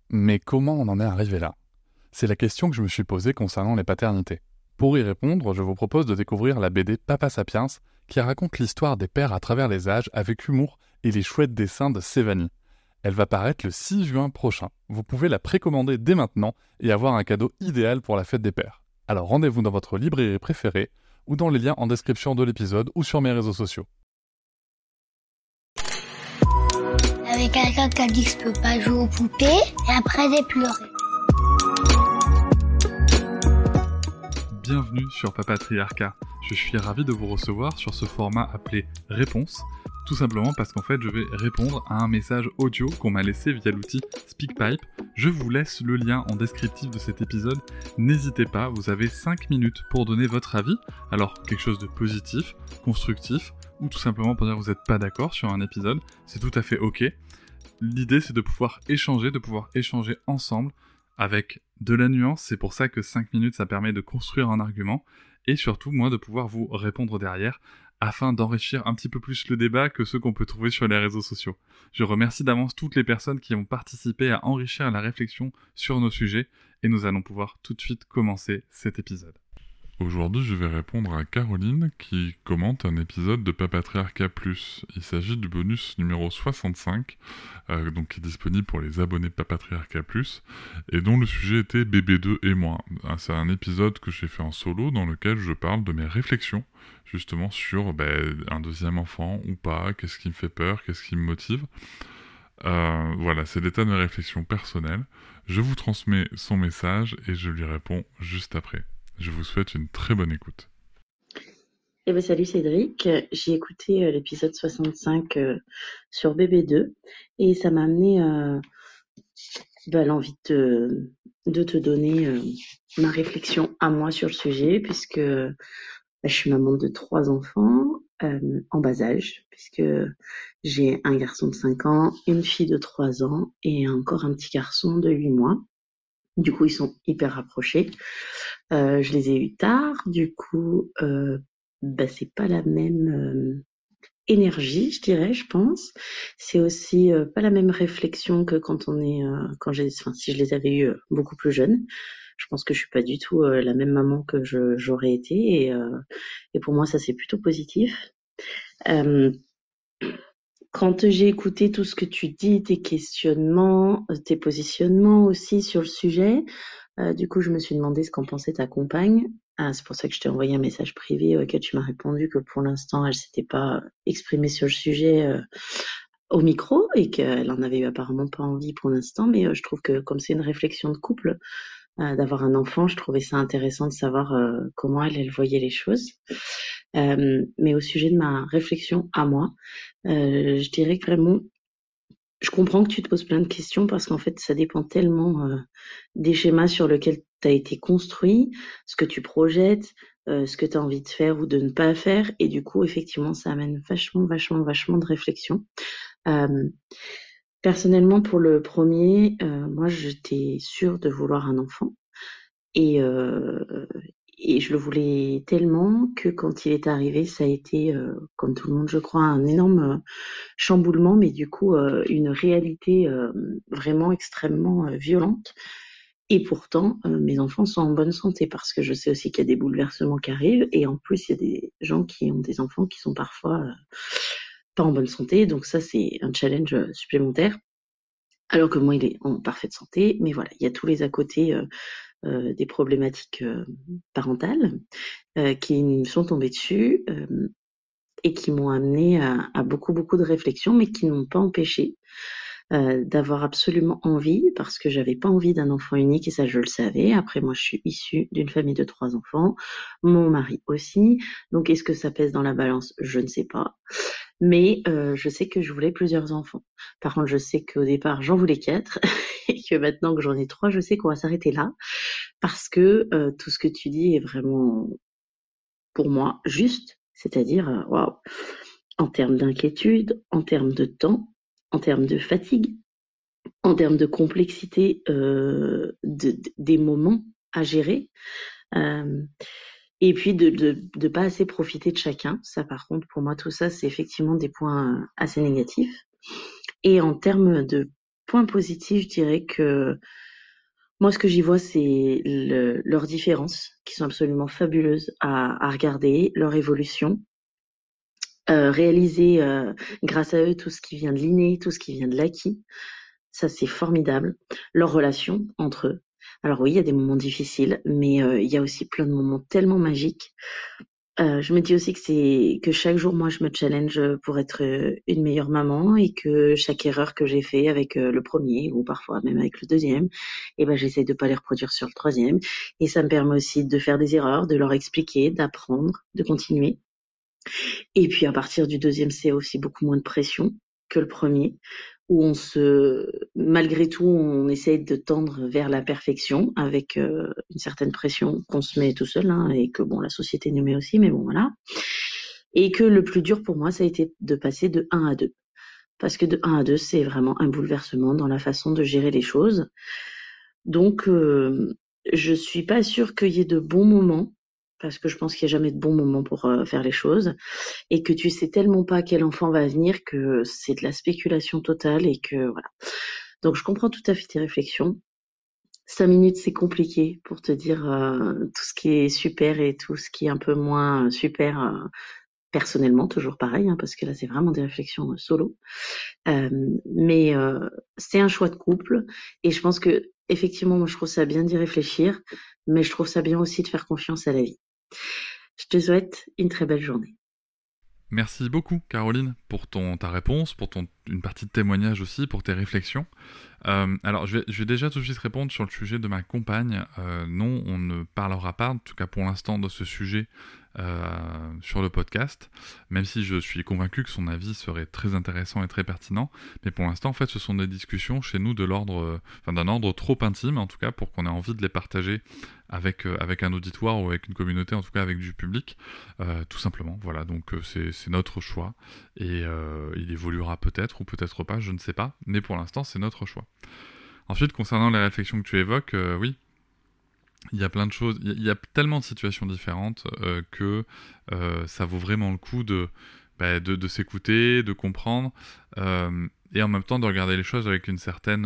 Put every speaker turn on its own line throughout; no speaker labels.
Mais comment on en est arrivé là? C'est la question que je me suis posée concernant les paternités. Pour y répondre, je vous propose de découvrir la BD Papa Sapiens, qui raconte l'histoire des pères à travers les âges avec humour et les chouettes dessins de Sévanie. Elle va paraître le 6 juin prochain. Vous pouvez la précommander dès maintenant et avoir un cadeau idéal pour la fête des pères. Alors rendez-vous dans votre librairie préférée ou dans les liens en description de l'épisode ou sur mes réseaux sociaux.
Avec quelqu'un qui a dit que je peux pas jouer aux poupées et après j'ai pleuré.
Bienvenue sur Papatriarcat. Je suis ravi de vous recevoir sur ce format appelé Réponse, tout simplement parce qu'en fait je vais répondre à un message audio qu'on m'a laissé via l'outil SpeakPipe. Je vous laisse le lien en descriptif de cet épisode. N'hésitez pas, vous avez 5 minutes pour donner votre avis. Alors quelque chose de positif, constructif, ou tout simplement pour dire que vous n'êtes pas d'accord sur un épisode, c'est tout à fait ok. L'idée c'est de pouvoir échanger ensemble avec de la nuance, c'est pour ça que 5 minutes ça permet de construire un argument, et surtout moi de pouvoir vous répondre derrière, afin d'enrichir un petit peu plus le débat que ceux qu'on peut trouver sur les réseaux sociaux. Je remercie d'avance toutes les personnes qui ont participé à enrichir la réflexion sur nos sujets, et nous allons pouvoir tout de suite commencer cet épisode.
Aujourd'hui, je vais répondre à Caroline qui commente un épisode de Papatriarcat Plus. Il s'agit du bonus numéro 65, donc qui est disponible pour les abonnés Papatriarcat Plus, et dont le sujet était Bébé 2 et moi. C'est un épisode que j'ai fait en solo dans lequel je parle de mes réflexions, justement sur un deuxième enfant ou pas, qu'est-ce qui me fait peur, qu'est-ce qui me motive. Voilà, c'est l'état de mes réflexions personnelles. Je vous transmets son message et je lui réponds juste après. Je vous souhaite une très bonne écoute.
Salut Cédric, j'ai écouté l'épisode 65 sur Bébé 2 et ça m'a amené l'envie de te donner ma réflexion à moi sur le sujet, puisque je suis maman de 3 enfants en bas âge, puisque j'ai un garçon de 5 ans, une fille de 3 ans et encore un petit garçon de 8 mois. Du coup, ils sont hyper rapprochés. Je les ai eus tard, du coup, c'est pas la même énergie, je dirais, je pense. C'est aussi pas la même réflexion que quand si je les avais eus beaucoup plus jeunes. Je pense que je suis pas du tout la même maman que j'aurais été, et pour moi, ça c'est plutôt positif. Quand j'ai écouté tout ce que tu dis, tes questionnements, tes positionnements aussi sur le sujet, du coup, je me suis demandé ce qu'en pensait ta compagne. C'est pour ça que je t'ai envoyé un message privé auquel tu m'as répondu que pour l'instant, elle s'était pas exprimée sur le sujet au micro et qu'elle en avait apparemment pas envie pour l'instant. Mais je trouve que comme c'est une réflexion de couple, d'avoir un enfant, je trouvais ça intéressant de savoir comment elle voyait les choses. Mais au sujet de ma réflexion à moi, je dirais que vraiment, je comprends que tu te poses plein de questions parce qu'en fait, ça dépend tellement des schémas sur lesquels tu as été construit, ce que tu projettes, ce que tu as envie de faire ou de ne pas faire. Et du coup, effectivement, ça amène vachement de réflexion. Personnellement, pour le premier, moi, j'étais sûre de vouloir un enfant. Et je le voulais tellement que quand il est arrivé, ça a été, comme tout le monde, je crois, un énorme chamboulement, mais du coup, une réalité vraiment extrêmement violente. Et pourtant, mes enfants sont en bonne santé parce que je sais aussi qu'il y a des bouleversements qui arrivent. Et en plus, il y a des gens qui ont des enfants qui sont parfois pas en bonne santé. Donc ça, c'est un challenge supplémentaire. Alors que moi, il est en parfaite santé. Mais voilà, il y a tous les à côté des problématiques parentales qui me sont tombées dessus et qui m'ont amené à beaucoup de réflexions, mais qui ne m'ont pas empêché d'avoir absolument envie, parce que j'avais pas envie d'un enfant unique, et ça je le savais. Après, moi je suis issue d'une famille de 3 enfants, mon mari aussi, donc est-ce que ça pèse dans la balance? Je ne sais pas, mais je sais que je voulais plusieurs enfants. Par contre, je sais qu'au départ j'en voulais 4 et que maintenant que j'en ai 3, je sais qu'on va s'arrêter là, parce que tout ce que tu dis est vraiment, pour moi, juste, c'est-à-dire, waouh, en termes d'inquiétude, en termes de temps, en termes de fatigue, en termes de complexité des moments à gérer, et puis de pas assez profiter de chacun. Ça, par contre, pour moi, tout ça, c'est effectivement des points assez négatifs. Et en termes de point positif, je dirais que moi, ce que j'y vois, c'est leurs différences, qui sont absolument fabuleuses à regarder, leur évolution, réaliser grâce à eux tout ce qui vient de l'inné, tout ce qui vient de l'acquis. Ça, c'est formidable. Leur relation entre eux. Alors oui, il y a des moments difficiles, mais il y a aussi plein de moments tellement magiques. Je me dis aussi que chaque jour, moi, je me challenge pour être une meilleure maman et que chaque erreur que j'ai fait avec le premier ou parfois même avec le deuxième, eh ben, j'essaie de pas les reproduire sur le troisième. Et ça me permet aussi de faire des erreurs, de leur expliquer, d'apprendre, de continuer. Et puis à partir du deuxième, c'est aussi beaucoup moins de pression que le premier, où malgré tout, on essaye de tendre vers la perfection avec une certaine pression qu'on se met tout seul, hein, et que bon, la société nous met aussi, mais bon, voilà. Et que le plus dur pour moi, ça a été de passer de 1 à 2. Parce que de 1 à 2, c'est vraiment un bouleversement dans la façon de gérer les choses. Donc, je suis pas sûre qu'il y ait de bons moments, parce que je pense qu'il n'y a jamais de bons moments pour faire les choses, et que tu sais tellement pas quel enfant va venir que c'est de la spéculation totale et que voilà. Donc, je comprends tout à fait tes réflexions. 5 minutes, c'est compliqué pour te dire tout ce qui est super et tout ce qui est un peu moins super personnellement, toujours pareil, hein, parce que là, c'est vraiment des réflexions solo. Mais c'est un choix de couple et je pense que effectivement, moi, je trouve ça bien d'y réfléchir, mais je trouve ça bien aussi de faire confiance à la vie. Je te souhaite une très belle journée.
Merci beaucoup, Caroline, pour ta réponse, pour une partie de témoignage aussi, pour tes réflexions. Alors, je vais déjà tout de suite répondre sur le sujet de ma compagne. Non, on ne parlera pas, en tout cas pour l'instant, de ce sujet sur le podcast, même si je suis convaincu que son avis serait très intéressant et très pertinent. Mais pour l'instant, en fait, ce sont des discussions chez nous d'un ordre trop intime, en tout cas, pour qu'on ait envie de les partager avec un auditoire ou avec une communauté, en tout cas avec du public, tout simplement. Voilà, donc c'est notre choix et il évoluera peut-être ou peut-être pas, je ne sais pas, mais pour l'instant, c'est notre choix. Ensuite, concernant les réflexions que tu évoques, oui, il y a plein de choses, il y a tellement de situations différentes que ça vaut vraiment le coup de s'écouter, de comprendre, et en même temps de regarder les choses avec une certaine...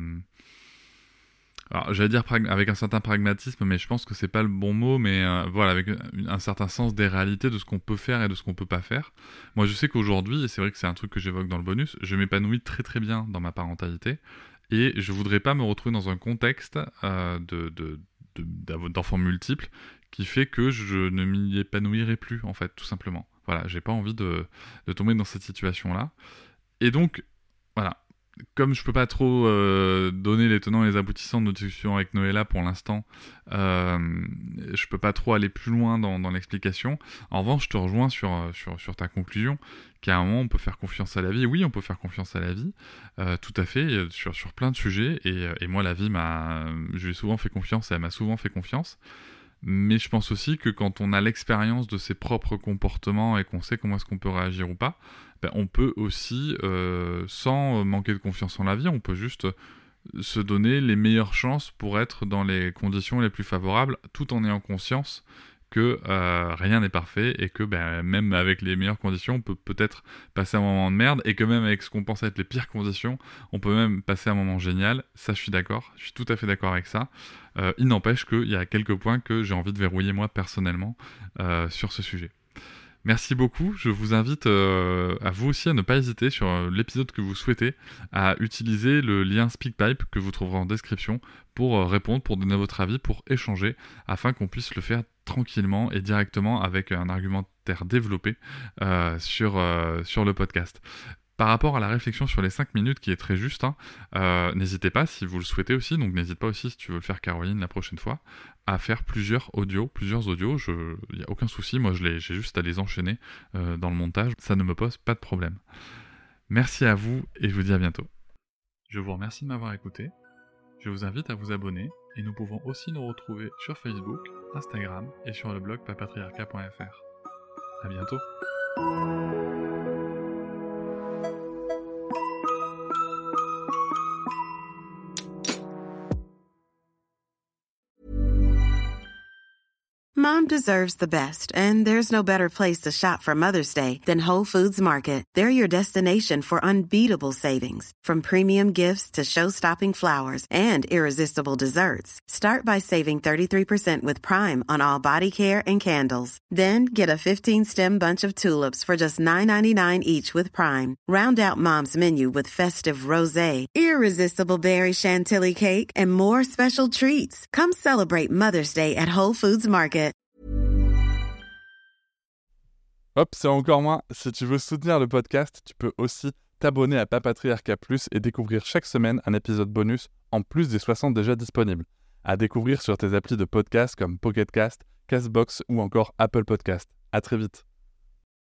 alors, j'allais dire avec un certain pragmatisme, mais je pense que c'est pas le bon mot, mais voilà, avec un certain sens des réalités de ce qu'on peut faire et de ce qu'on peut pas faire. Moi, je sais qu'aujourd'hui, et c'est vrai que c'est un truc que j'évoque dans le bonus, je m'épanouis très très bien dans ma parentalité, et je voudrais pas me retrouver dans un contexte d'enfants multiples qui fait que je ne m'y épanouirai plus, en fait, tout simplement. Voilà, j'ai pas envie de tomber dans cette situation-là. Et donc, voilà, comme je peux pas trop donner les tenants et les aboutissants de notre discussion avec Noëlla pour l'instant, je peux pas trop aller plus loin dans l'explication. En revanche, je te rejoins sur ta conclusion, qu'à un moment on peut faire confiance à la vie. Oui, on peut faire confiance à la vie, tout à fait, sur plein de sujets. Et moi, la vie je lui ai souvent fait confiance et elle m'a souvent fait confiance. Mais je pense aussi que quand on a l'expérience de ses propres comportements et qu'on sait comment est-ce qu'on peut réagir ou pas, on peut aussi, sans manquer de confiance en la vie, on peut juste se donner les meilleures chances pour être dans les conditions les plus favorables, tout en ayant conscience que rien n'est parfait et que même avec les meilleures conditions, on peut peut-être passer un moment de merde et que même avec ce qu'on pense être les pires conditions, on peut même passer un moment génial. Ça, je suis d'accord, je suis tout à fait d'accord avec ça. Il n'empêche qu'il y a quelques points que j'ai envie de verrouiller moi personnellement sur ce sujet. Merci beaucoup, je vous invite à vous aussi à ne pas hésiter sur l'épisode que vous souhaitez à utiliser le lien SpeakPipe que vous trouverez en description pour répondre, pour donner votre avis, pour échanger, afin qu'on puisse le faire tranquillement et directement avec un argumentaire développé sur le podcast. Par rapport à la réflexion sur les 5 minutes, qui est très juste, n'hésitez pas, si vous le souhaitez aussi, donc n'hésite pas aussi, si tu veux le faire Caroline la prochaine fois, à faire plusieurs audios, il n'y a aucun souci, moi j'ai juste à les enchaîner dans le montage, ça ne me pose pas de problème. Merci à vous et je vous dis à bientôt. Je vous remercie de m'avoir écouté, je vous invite à vous abonner, et nous pouvons aussi nous retrouver sur Facebook, Instagram et sur le blog papatriarca.fr. À bientôt.
Mom deserves the best, and there's no better place to shop for Mother's Day than Whole Foods Market. They're your destination for unbeatable savings, from premium gifts to show-stopping flowers and irresistible desserts. Start by saving 33% with Prime on all body care and candles. Then get a 15-stem bunch of tulips for just $9.99 each with Prime. Round out Mom's menu with festive rosé, irresistible berry chantilly cake, and more special treats. Come celebrate Mother's Day at Whole Foods Market.
Hop, c'est encore moins. Si tu veux soutenir le podcast, tu peux aussi t'abonner à Papatriarcat Plus et découvrir chaque semaine un épisode bonus en plus des 60 déjà disponibles. À découvrir sur tes applis de podcast comme Pocket Cast, Castbox ou encore Apple Podcast. À très vite.